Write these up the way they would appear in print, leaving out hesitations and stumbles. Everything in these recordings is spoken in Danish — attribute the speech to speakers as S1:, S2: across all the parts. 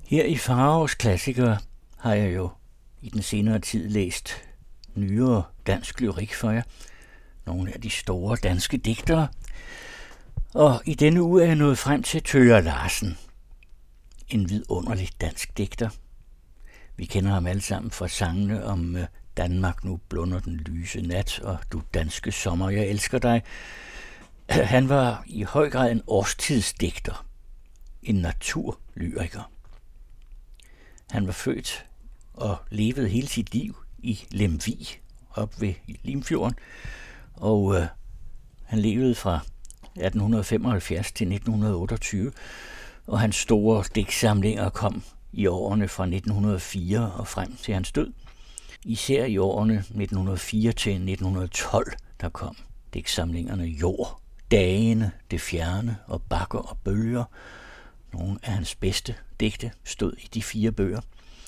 S1: Her i Faraos Klassikere har jeg jo i den senere tid læst nyere dansk lyrik for jer. Nogle af de store danske digtere. Og i denne uge er jeg nået frem til Thøger Larsen. En vidunderlig dansk digter. Vi kender ham alle sammen fra sangene om Danmark, nu blunder den lyse nat, og Du danske sommer, jeg elsker dig. Han var i høj grad en årstidsdigter. En naturlyriker. Han var født og levede hele sit liv i Lemvig, op ved Limfjorden, og han levede fra 1875 til 1928, og hans store digtsamlinger kom i årene fra 1904 og frem til hans død. Især i årene 1904 til 1912, der kom digtsamlingerne Jord, Dagene, Det fjerne og Bakker og bølger. Nogle af hans bedste digte stod i de 4 bøger.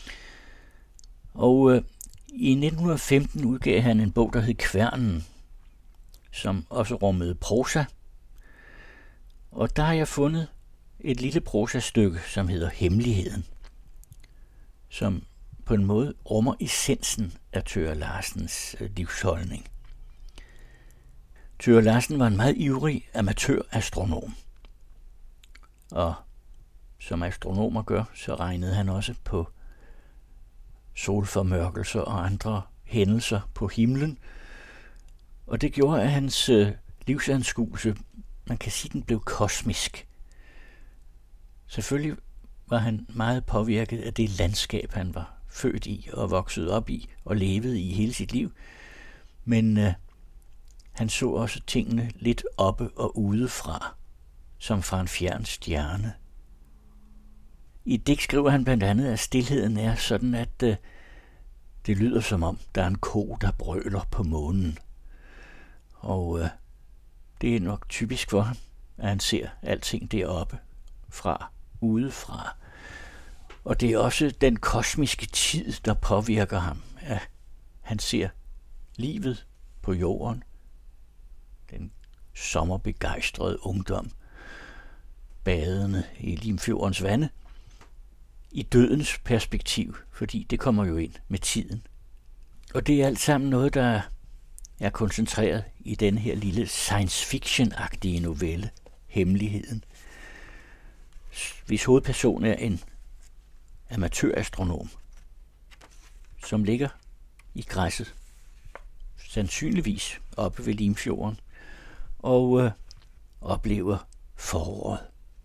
S1: Og i 1915 udgav han en bog, der hed Kværnen, som også rummede prosa. Og der har jeg fundet et lille prosastykke, som hedder Hemmeligheden, som på en måde rummer essensen af Thøger Larsens livsholdning. Thøger Larsen var en meget ivrig amatørastronom, og som astronomer gør, så regnede han også på solformørkelser og andre hændelser på himlen. Og det gjorde, at hans livsanskuelse, man kan sige, den blev kosmisk. Selvfølgelig var han meget påvirket af det landskab, han var født i og vokset op i og levede i hele sit liv. Men han så også tingene lidt oppe og udefra, som fra en fjern stjerne. I et digt skriver han blandt andet, at stilheden er sådan, at det lyder som om, der er en ko, der brøler på månen. Og det er nok typisk for ham, at han ser alting deroppe fra, udefra. Og det er også den kosmiske tid, der påvirker ham, at han ser livet på jorden, den sommerbegejstrede ungdom, badende i Limfjordens vande, i dødens perspektiv, fordi det kommer jo ind med tiden. Og det er alt sammen noget, der er koncentreret i den her lille science fiction-agtige novelle, Hemmeligheden, hvis hovedperson er en amatørastronom, som ligger i græsset, sandsynligvis oppe ved Limfjorden, og oplever foråret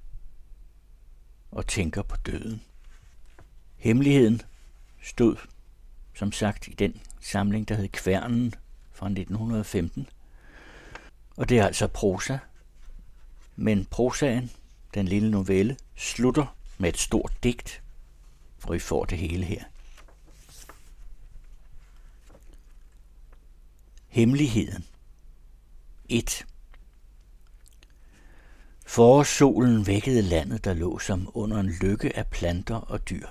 S1: og tænker på døden. Hemmeligheden stod, som sagt, i den samling, der hed Kværnen fra 1915. Og det er altså prosa. Men prosaen, den lille novelle, slutter med et stort digt, og I får det hele her. Hemmeligheden 1. Forårssolen vækkede landet, der lå som under en lykke af planter og dyr.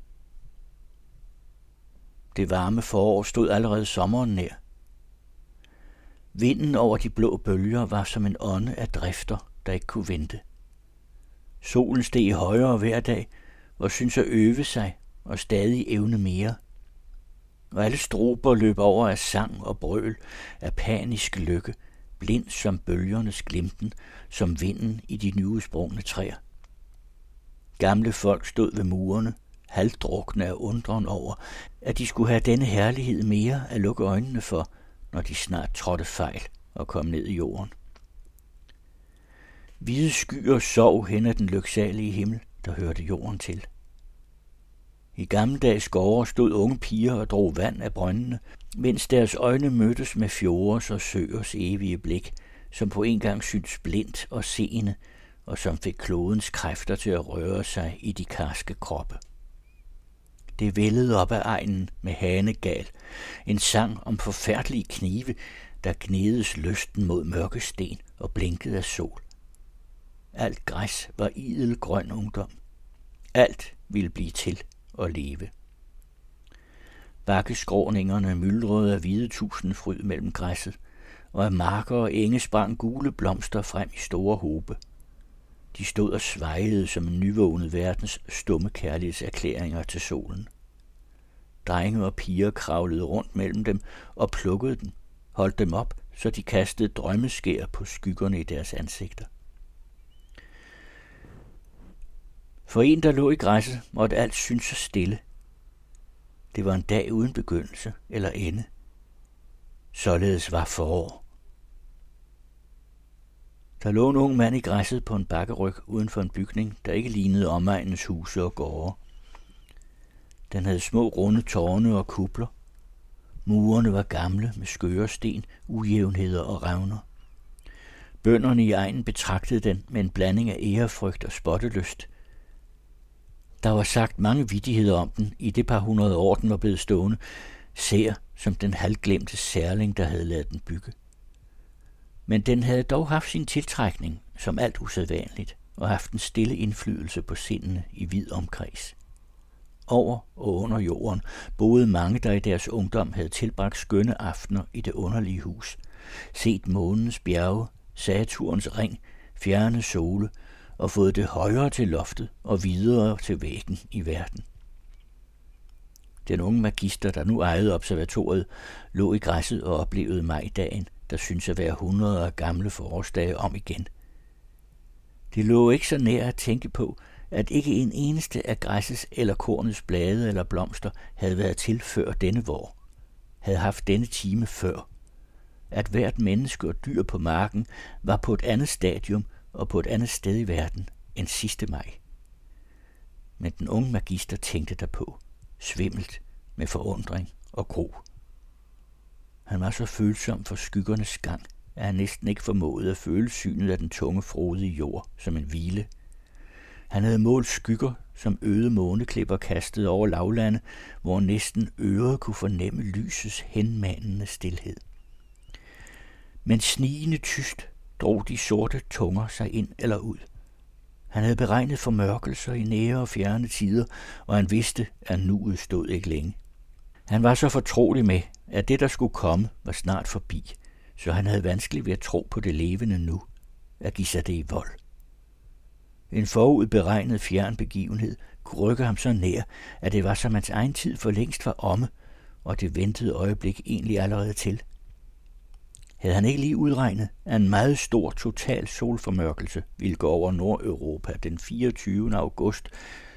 S1: Det varme forår stod allerede sommeren nær. Vinden over de blå bølger var som en ånde af drifter, der ikke kunne vente. Solen steg højere hver dag og syntes at øve sig og stadig evne mere. Og alle strober løb over af sang og brøl, af panisk lykke, blind som bølgernes glimten, som vinden i de nyudsprungne træer. Gamle folk stod ved murene, halvdrukne af undren over, at de skulle have denne herlighed mere at lukke øjnene for, når de snart trådte fejl og kom ned i jorden. Hvide skyer sov hen ad den lyksalige himmel, der hørte jorden til. I gammeldags gårde stod unge piger og drog vand af brøndene, mens deres øjne mødtes med fjorders og søers evige blik, som på en gang syntes blindt og seende, og som fik klodens kræfter til at røre sig i de karske kroppe. Det vældede op ad egnen med hanegal, en sang om forfærdelige knive, der gnedes lysten mod mørke sten og blinkede af sol. Alt græs var idel grøn ungdom. Alt ville blive til at leve. Bakkeskråningerne myldrede af hvide tusindfryd mellem græsset, og af marker og enge sprang gule blomster frem i store hobe. De stod og svejede som en nyvågnet verdens stumme kærlighedserklæringer til solen. Drenge og piger kravlede rundt mellem dem og plukkede dem, holdt dem op, så de kastede drømmeskær på skyggerne i deres ansigter. For en, der lå i græsset, måtte alt synes så stille. Det var en dag uden begyndelse eller ende. Således var forår. Der lå en ung mand i græsset på en bakkeryg uden for en bygning, der ikke lignede omegnens huse og gårde. Den havde små runde tårne og kupler. Murene var gamle med skøre sten, ujævnheder og revner. Bønderne i egnen betragtede den med en blanding af ærefrygt og spottelyst. Der var sagt mange vittigheder om den i det par 100 år, den var blevet stående, ser som den halvglemte særling, der havde ladet den bygge. Men den havde dog haft sin tiltrækning, som alt usædvanligt, og haft en stille indflydelse på sindene i vid omkreds. Over og under jorden boede mange, der i deres ungdom havde tilbragt skønne aftener i det underlige hus, set månens bjerge, Saturns ring, fjerne sole og fået det højere til loftet og videre til væggen i verden. Den unge magister, der nu ejede observatoriet, lå i græsset og oplevede majdagen, der synes at være 100 af gamle forårsdage om igen. Det lå ikke så nær at tænke på, at ikke en eneste af græssets eller kornets blade eller blomster havde været til før denne vår, havde haft denne time før. At hvert menneske og dyr på marken var på et andet stadium og på et andet sted i verden end sidste maj. Men den unge magister tænkte derpå, svimmelt med forundring og gro. Han var så følsom for skyggernes gang, at han næsten ikke formåede at føle synet af den tunge, frodige jord som en hvile. Han havde målt skygger, som øde måneklipper kastede over lavlande, hvor næsten øret kunne fornemme lysets henmanende stilhed. Men snigende tyst drog de sorte tunger sig ind eller ud. Han havde beregnet formørkelser i nære og fjerne tider, og han vidste, at nuet stod ikke længe. Han var så fortrolig med, at det, der skulle komme, var snart forbi, så han havde vanskeligt ved at tro på det levende nu, at give sig det i vold. En forudberegnet fjern begivenhed kunne rykke ham så nær, at det var som hans egen tid for længst var omme, og det ventede øjeblik egentlig allerede til. Havde han ikke lige udregnet, at en meget stor total solformørkelse ville gå over Nordeuropa den 24. august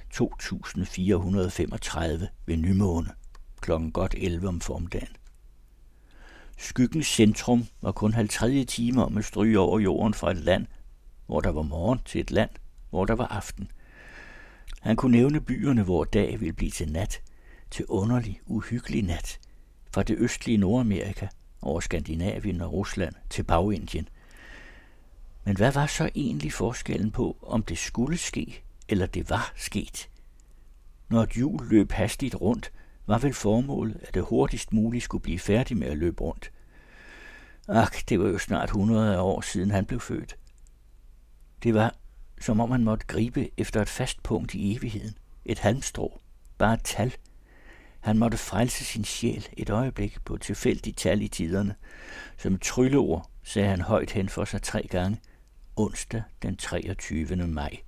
S1: 2435 ved nymåne, klokken godt 11 om formiddagen. Skyggens centrum var kun 50 timer om at stryge over jorden fra et land, hvor der var morgen, til et land, hvor der var aften. Han kunne nævne byerne, hvor dag ville blive til nat, til underlig, uhyggelig nat, fra det østlige Nordamerika, over Skandinavien og Rusland til Bagindien. Men hvad var så egentlig forskellen på, om det skulle ske, eller det var sket? Når et hjul løb hastigt rundt, var vel formålet, at det hurtigst muligt skulle blive færdig med at løbe rundt. Det var jo snart 100 år siden han blev født. Det var, som om han måtte gribe efter et fast punkt i evigheden, et halmstrå, bare et tal. Han måtte frelse sin sjæl et øjeblik på et tilfældigt tal i tiderne. Som et trylleord sagde han højt hen for sig 3 gange, onsdag den 23. maj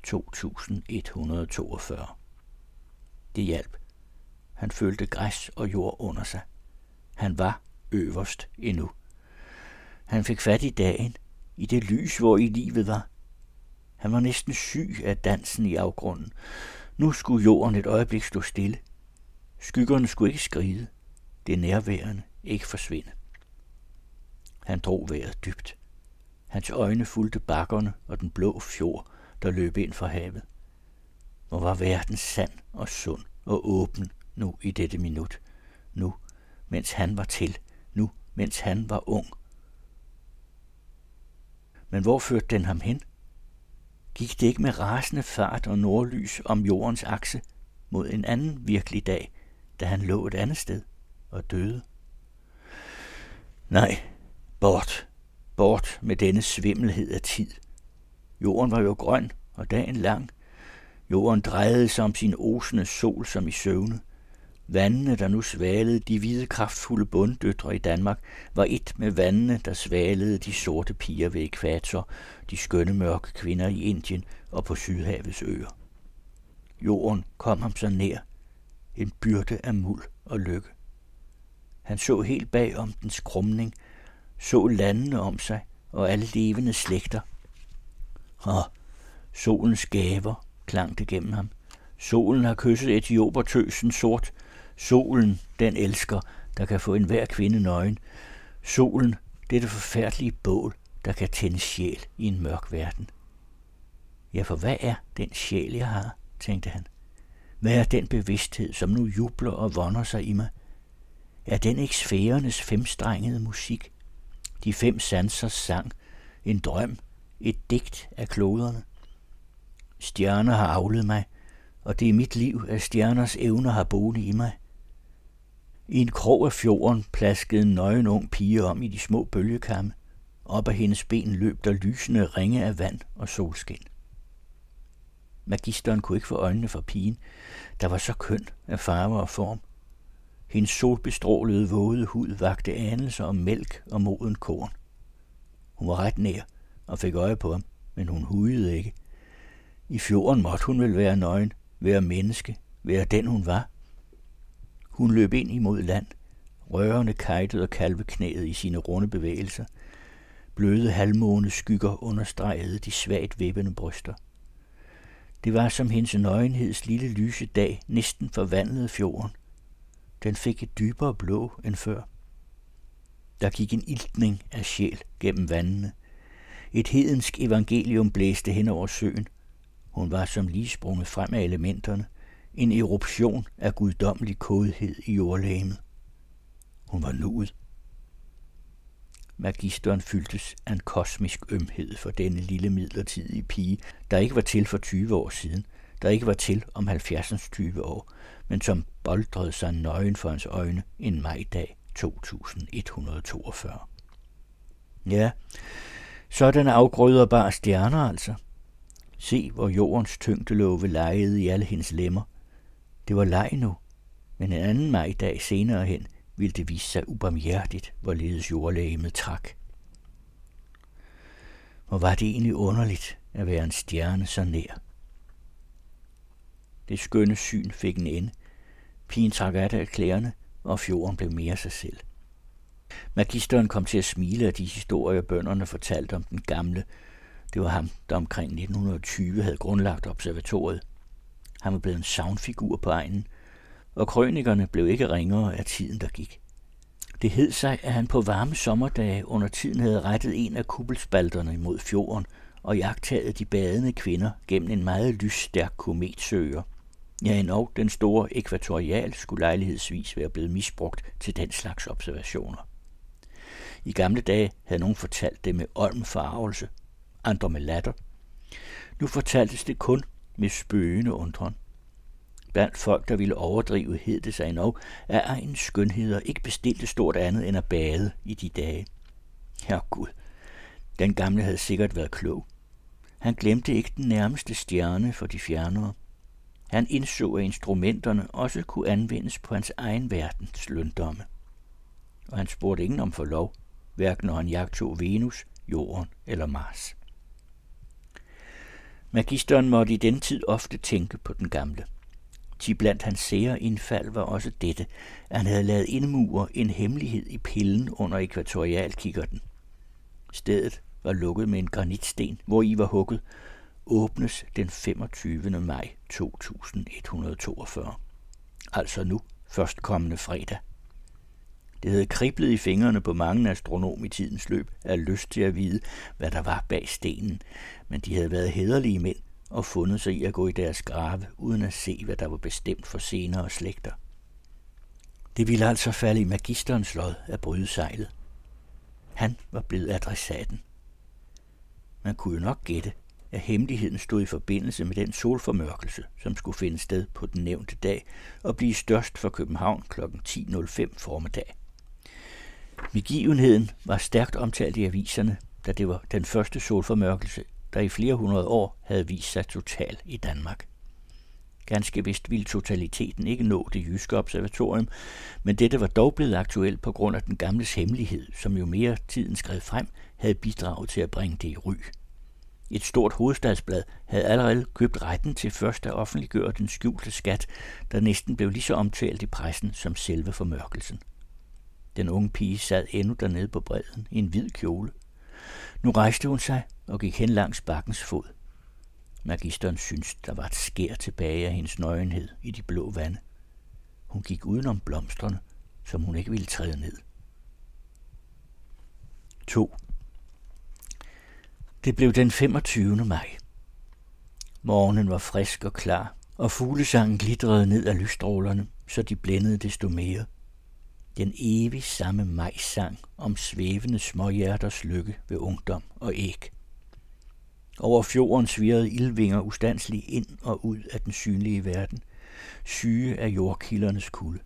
S1: 2142. Det hjalp. Han følte græs og jord under sig. Han var øverst endnu. Han fik fat i dagen, i det lys, hvor i livet var. Han var næsten syg af dansen i afgrunden. Nu skulle jorden et øjeblik stå stille. Skyggerne skulle ikke skride. Det nærværende ikke forsvinde. Han drog vejret dybt. Hans øjne fulgte bakkerne og den blå fjord, der løb ind fra havet. Hvor var verden sand og sund og åben nu i dette minut. Nu, mens han var til. Nu, mens han var ung. Men hvor førte den ham hen? Gik det ikke med rasende fart og nordlys om jordens akse mod en anden virkelig dag, da han lå et andet sted og døde? Nej, bort med denne svimmelhed af tid. Jorden var jo grøn og dagen lang. Jorden drejede sig om sin osende sol som i søvne. Vandene, der nu svalede de hvide, kraftfulde bonddøtre i Danmark, var et med vandene, der svalede de sorte piger ved ækvator, de skønne mørke kvinder i Indien og på Sydhavets øer. Jorden kom ham så nær, en byrde af muld og lykke. Han så helt bag om dens krumning, så landene om sig og alle levende slægter. Solens gaver, klang det gennem ham. Solen har kysset etiopertøsen sort. Solen, den elsker, der kan få enhver kvinde nøgen. Solen, dette forfærdelige bål, der kan tænde sjæl i en mørk verden. Ja, for hvad er den sjæl, jeg har, tænkte han. Hvad er den bevidsthed, som nu jubler og vonder sig i mig? Er den ikke sfærernes femstrengede musik? De 5 sansers sang, en drøm, et digt af kloderne? Stjerner har avlet mig, og det er mit liv, at stjerners evner har bolig i mig. I en krog af fjorden plaskede en nøgen ung pige om i de små bølgekamme. Op ad hendes ben løb der lysende ringe af vand og solskin. Magisteren kunne ikke få øjnene for pigen, der var så køn af farve og form. Hendes solbestrålede våde hud vagte anelser om mælk og moden korn. Hun var ret nær og fik øje på ham, men hun hujede ikke. I fjorden måtte hun vel være nøgen, være menneske, være den hun var. Hun løb ind imod land, rørende kejtede og kalveknæet i sine runde bevægelser. Bløde halvmåne skygger understregede de svagt vippende bryster. Det var som hendes nøgenheds lille lyse dag næsten forvandlede fjorden. Den fik et dybere blå end før. Der gik en iltning af sjæl gennem vandene. Et hedensk evangelium blæste hen over søen. Hun var som lige sprunget frem af elementerne. En eruption af guddommelig kodhed i jordlegemet. Hun var nuet. Magisteren fyldtes af en kosmisk ømhed for denne lille midlertidige pige, der ikke var til for 20 år siden, der ikke var til om 70'ens 20 år, men som boldrede sig nøgen for hans øjne en majdag 2142. Ja, sådanne afgrøder bare stjerner altså. Se, hvor jordens tyngdelove legede i alle hendes lemmer. Det var leg nu, men en anden majdag senere hen ville det vise sig ubarmhjertigt, hvorledes jordlegemet trak. Hvor var det egentlig underligt at være en stjerne så nær. Det skønne syn fik en ende. Pigen trak af klæderne, og fjorden blev mere sig selv. Magisteren kom til at smile af de historier, bønderne fortalte om den gamle. Det var ham, der omkring 1920 havde grundlagt observatoriet. Han var blevet en savnfigur på egnen, og krønikerne blev ikke ringere af tiden, der gik. Det hed sig, at han på varme sommerdage under tiden havde rettet en af kuppelspalterne imod fjorden og jagttaget de badende kvinder gennem en meget lysstærk kometsøger. Ja, endog den store ækvatorial skulle lejlighedsvis være blevet misbrugt til den slags observationer. I gamle dage havde nogen fortalt det med olmforarvelse, andre med latter. Nu fortaltes det kun med spøgende undren. Blandt folk, der ville overdrive, hed det sig endnu, at egens skønheder ikke bestilte stort andet end at bade i de dage. Herregud, den gamle havde sikkert været klog. Han glemte ikke den nærmeste stjerne for de fjernere. Han indså, at instrumenterne også kunne anvendes på hans egen verdens løndomme. Og han spurgte ingen om forlov, hverken når han jagtog Venus, Jorden eller Mars. Magisteren måtte i den tid ofte tænke på den gamle. Til blandt hans sære indfald var også dette, at han havde ladet indmure en hemmelighed i pillen under ækvatorialkikkerten. Stedet var lukket med en granitsten, hvor i var hugget, åbnes den 25. maj 2142. Altså nu, førstkommende fredag. Det havde kriblet i fingrene på mange astronom i tidens løb af lyst til at vide, hvad der var bag stenen, men de havde været hæderlige mænd og fundet sig i at gå i deres grave, uden at se, hvad der var bestemt for senere slægter. Det ville altså falde i magisterens lod at bryde sejlet. Han var blevet adressaten. Man kunne jo nok gætte, at hemmeligheden stod i forbindelse med den solformørkelse, som skulle finde sted på den nævnte dag og blive størst for København kl. 10.05 formiddag. Begivenheden var stærkt omtalt i aviserne, da det var den første solformørkelse, der i flere hundrede år havde vist sig total i Danmark. Ganske vist ville totaliteten ikke nå det jyske observatorium, men dette var dog blevet aktuelt på grund af den gamles hemmelighed, som jo mere tiden skred frem, havde bidraget til at bringe det i ry. Et stort hovedstadsblad havde allerede købt retten til først at offentliggøre den skjulte skat, der næsten blev lige så omtalt i pressen som selve formørkelsen. Den unge pige sad endnu dernede på bredden i en hvid kjole. Nu rejste hun sig og gik hen langs bakkens fod. Magisteren syntes, der var et skær tilbage af hendes nøgenhed i de blå vande. Hun gik udenom blomsterne, som hun ikke ville træde ned. 2. Det blev den 25. maj. Morgenen var frisk og klar, og fuglesangen glitrede ned af lysstrålerne, så de blændede desto mere. Den evig samme majsang om svævende småhjerters lykke ved ungdom og æg. Over fjorden svirrede ildvinger ustandsligt ind og ud af den synlige verden, syge af jordkildernes kulde.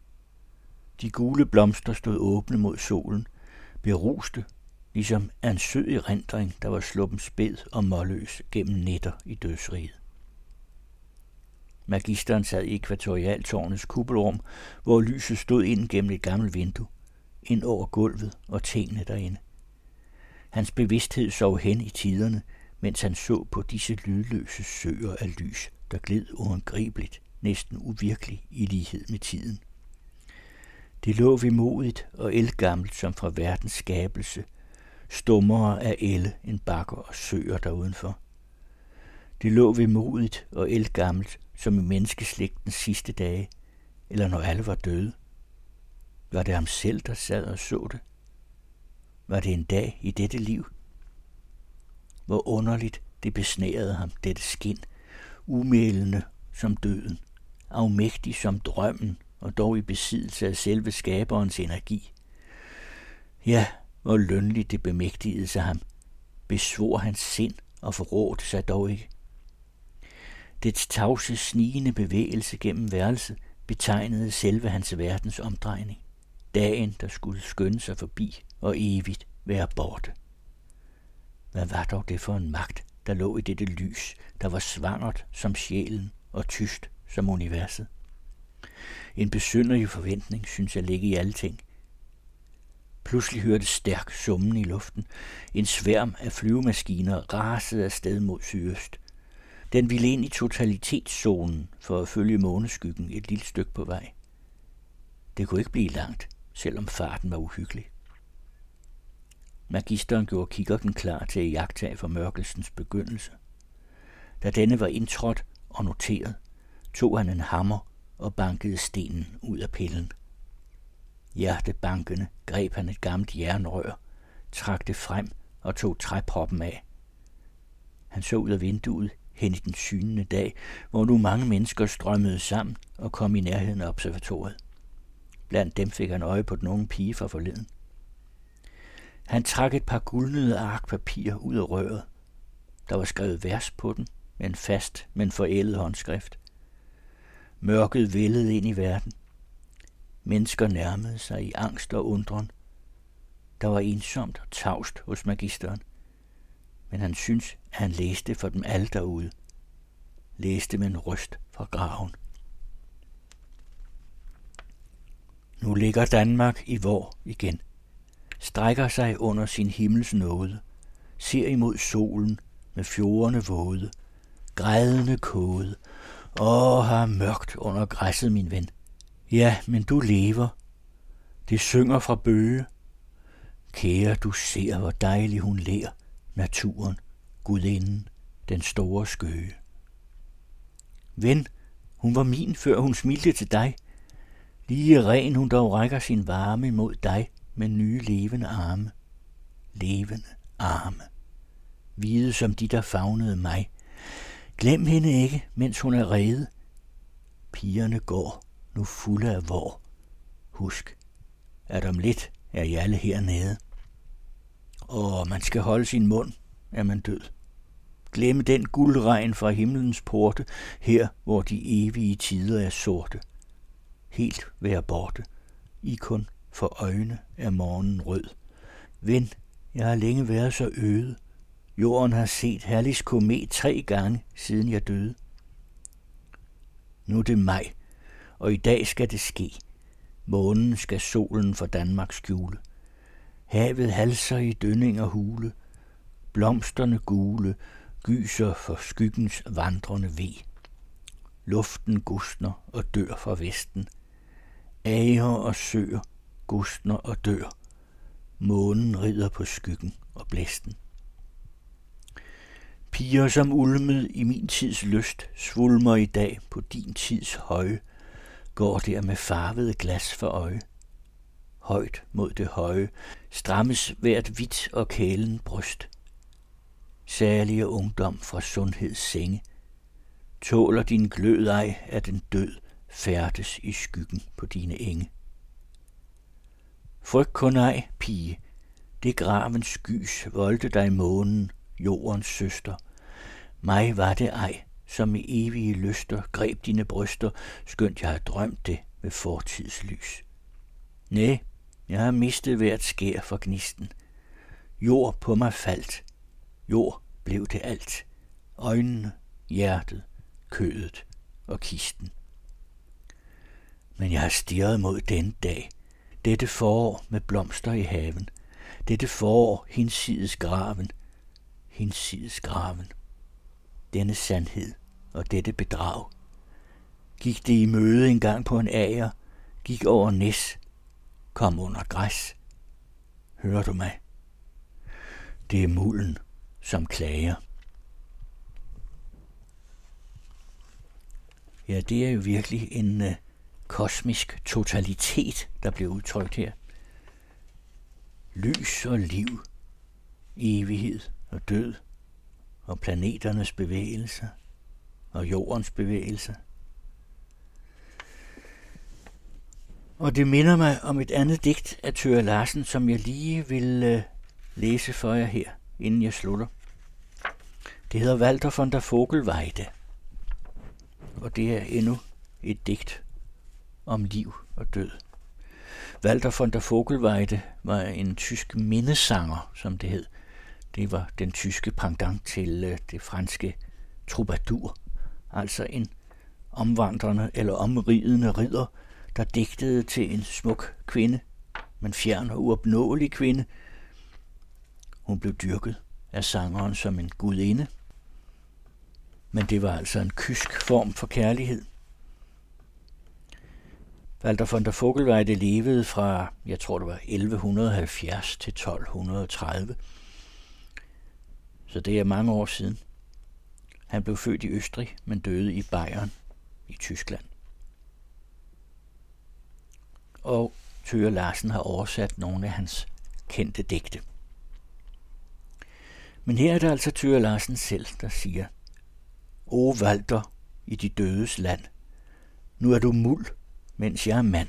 S1: De gule blomster stod åbne mod solen, beruste, ligesom af en sød erindring, der var sluppen spæd og målløs gennem nætter i dødsriget. Magisteren sad i Ekvatorialtårnets kuppelrum, hvor lyset stod ind gennem et gammelt vindue, ind over gulvet og tingene derinde. Hans bevidsthed sov hen i tiderne, mens han så på disse lydløse søer af lys, der gled uangribeligt, næsten uvirkeligt i lighed med tiden. Det lå vemodigt og ældgammelt som fra verdens skabelse, stummere af ælde end bakker og søer derudenfor. Det lå vemodigt og ældgammelt som i menneskeslægtens sidste dage, eller når alle var døde. Var det ham selv, der sad og så det? Var det en dag i dette liv? Hvor underligt det besnærede ham, dette skind, umælende som døden, afmægtig som drømmen, og dog i besiddelse af selve skaberens energi. Ja, hvor lønligt det bemægtigede sig ham, besvor hans sind og forrådte sig dog ikke. Dets tavse, snigende bevægelse gennem værelset betegnede selve hans verdens omdrejning. Dagen, der skulle skynde sig forbi og evigt være borte. Hvad var dog det for en magt, der lå i dette lys, der var svangert som sjælen og tyst som universet? En besynderlig forventning synes jeg ligge i alle ting. Pludselig hørtes stærk summen i luften. En sværm af flyvemaskiner rasede afsted mod sydøst. Den ville ind i totalitetszonen for at følge måneskyggen et lille stykke på vej. Det kunne ikke blive langt, selvom farten var uhyggelig. Magisteren gjorde kikkerten klar til at iagttage formørkelsens begyndelse. Da denne var indtrådt og noteret, tog han en hammer og bankede stenen ud af pillen. Hjertebankende greb han et gammelt jernrør, trak det frem og tog træproppen af. Han så ud af vinduet hen i den synende dag, hvor nu mange mennesker strømmede sammen og kom i nærheden af observatoriet. Blandt dem fik han øje på den unge pige fra forleden. Han trak et par guldnede ark papir ud af røret. Der var skrevet vers på den, med en fast, men forældet håndskrift. Mørket vældede ind i verden. Mennesker nærmede sig i angst og undren. Der var ensomt og tavst hos magisteren, men han syntes, at han læste for dem alle derude. Læste med en røst fra graven. Nu ligger Danmark i vår igen, strækker sig under sin himmels nåde, ser imod solen med fjordene våde, grædende kode, har mørkt under græsset, min ven. Ja, men du lever. Det synger fra bøge. Kære, du ser, hvor dejlig hun ler, naturen, gudinden, den store skøge. Ven, hun var min, før hun smilte til dig. Lige ren hun dog rækker sin varme mod dig med nye levende arme. Levende arme. Hvide som de, der favnede mig. Glem hende ikke, mens hun er rede. Pigerne går, nu fulde af vor. Husk, at om lidt er I alle hernede. Og man skal holde sin mund, er man død. Glemme den guldregn fra himlens porte, her hvor de evige tider er sorte. Helt være borte, I kun for øjne er morgenen rød. Ven, jeg har længe været så øde. Jorden har set Hallis komet 3 gange, siden jeg døde. Nu er det maj, og i dag skal det ske. Månen skal solen for Danmark skjule. Havet halser i dønning og hule. Blomsterne gule gyser for skyggens vandrende ve. Luften gustner og dør fra vesten. Ager og søer gustner og dør. Månen rider på skyggen og blæsten. Piger, som ulmede i min tids lyst, svulmer i dag på din tids høje, går der med farvede glas for øje. Højt mod det høje strammes hvert hvidt og kælen bryst. Særlige ungdom fra sundheds senge, tåler din glød ej af den død, færdes i skyggen på dine enge. Frygt kun ej, pige, det gravens gys voldte dig månen, jordens søster. Mig var det ej, som i evige lyster greb dine bryster, skønt jeg har drømt det med fortids lys. Næ, jeg har mistet hvert skær for gnisten. Jord på mig faldt, jord blev det alt. Øjnene, hjertet, kødet og kisten. Men jeg har stirret mod den dag, dette forår med blomster i haven, dette forår hinsides graven, denne sandhed og dette bedrag. Gik det i møde en gang på en ager, gik over næs, kom under græs. Hører du mig? Det er mulden, som klager. Ja, det er jo virkelig en kosmisk totalitet, der bliver udtrykt her. Lys og liv, evighed og død, og planeternes bevægelser, og jordens bevægelser. Og det minder mig om et andet digt af Thøger Larsen, som jeg lige vil læse for jer her, inden jeg slutter. Det hedder Walter von der Vogelweide, og det er endnu et digt om liv og død. Walter von der Vogelweide var en tysk mindesanger, som det hed. Det var den tyske pendant til det franske troubadour, altså en omvandrende eller omridende ridder, der digtede til en smuk kvinde, men fjern og uopnåelig kvinde. Hun blev dyrket af sangeren som en gudinde, men det var altså en kysk form for kærlighed. Walter von der Vogelweide levede fra, jeg tror det var 1170 til 1230, så det er mange år siden. Han blev født i Østrig, men døde i Bayern i Tyskland. Og Thøger Larsen har oversat nogle af hans kendte digte. Men her er det altså Thøger Larsen selv, der siger: O Walter i de dødes land, nu er du muld, mens jeg er mand.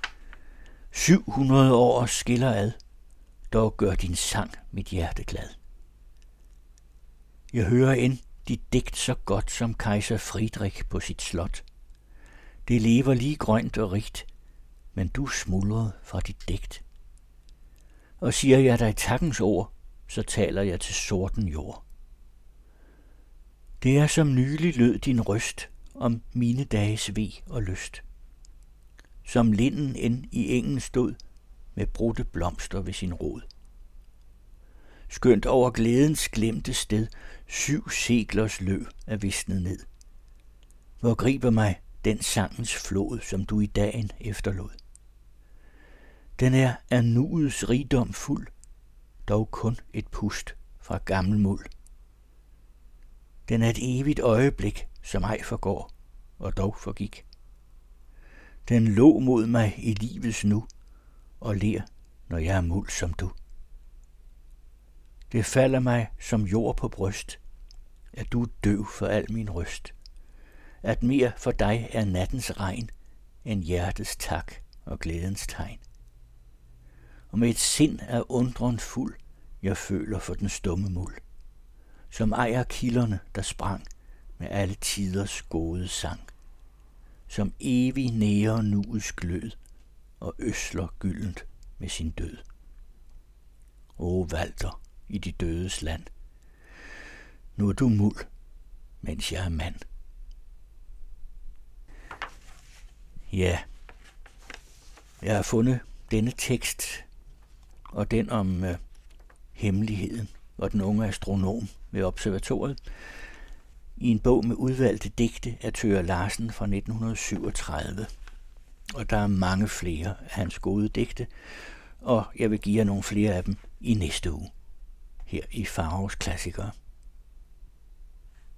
S1: 700 år skiller ad, dog gør din sang mit hjerte glad. Jeg hører end dit digt så godt som kejser Friedrich på sit slot. Det lever lige grønt og rigt, men du smuldrede fra dit digt. Og siger jeg dig takkens ord, så taler jeg til sorten jord. Det er som nylig lød din røst om mine dages ve og lyst. Som linden end i engen stod, med brudte blomster ved sin rod. Skønt over glædens glemte sted, 7 seglers løb er visnet ned. Hvor griber mig den sangens flod, som du i dagen efterlod. Den er af nuets rigdom fuld, dog kun et pust fra gammel muld. Den er et evigt øjeblik, som ej forgår, og dog forgik. Den lå mod mig i livets nu, og ler, når jeg er muld som du. Det falder mig som jord på bryst, at du er døv for al min røst, at mere for dig er nattens regn, end hjertets tak og glædens tegn. Og med et sind af undren fuld, jeg føler for den stumme muld, som ejer kilderne, der sprang med alle tiders gode sang, som evig nærer nuets glød og øsler gyldent med sin død. O Walter i de dødes land, nu er du muld, mens jeg er mand. Ja, jeg har fundet denne tekst og den om hemmeligheden og den unge astronom ved observatoriet i en bog med udvalgte digte af Thøger Larsen fra 1937. Og der er mange flere af hans gode digte, og jeg vil give jer nogle flere af dem i næste uge, her i Faros Klassikere.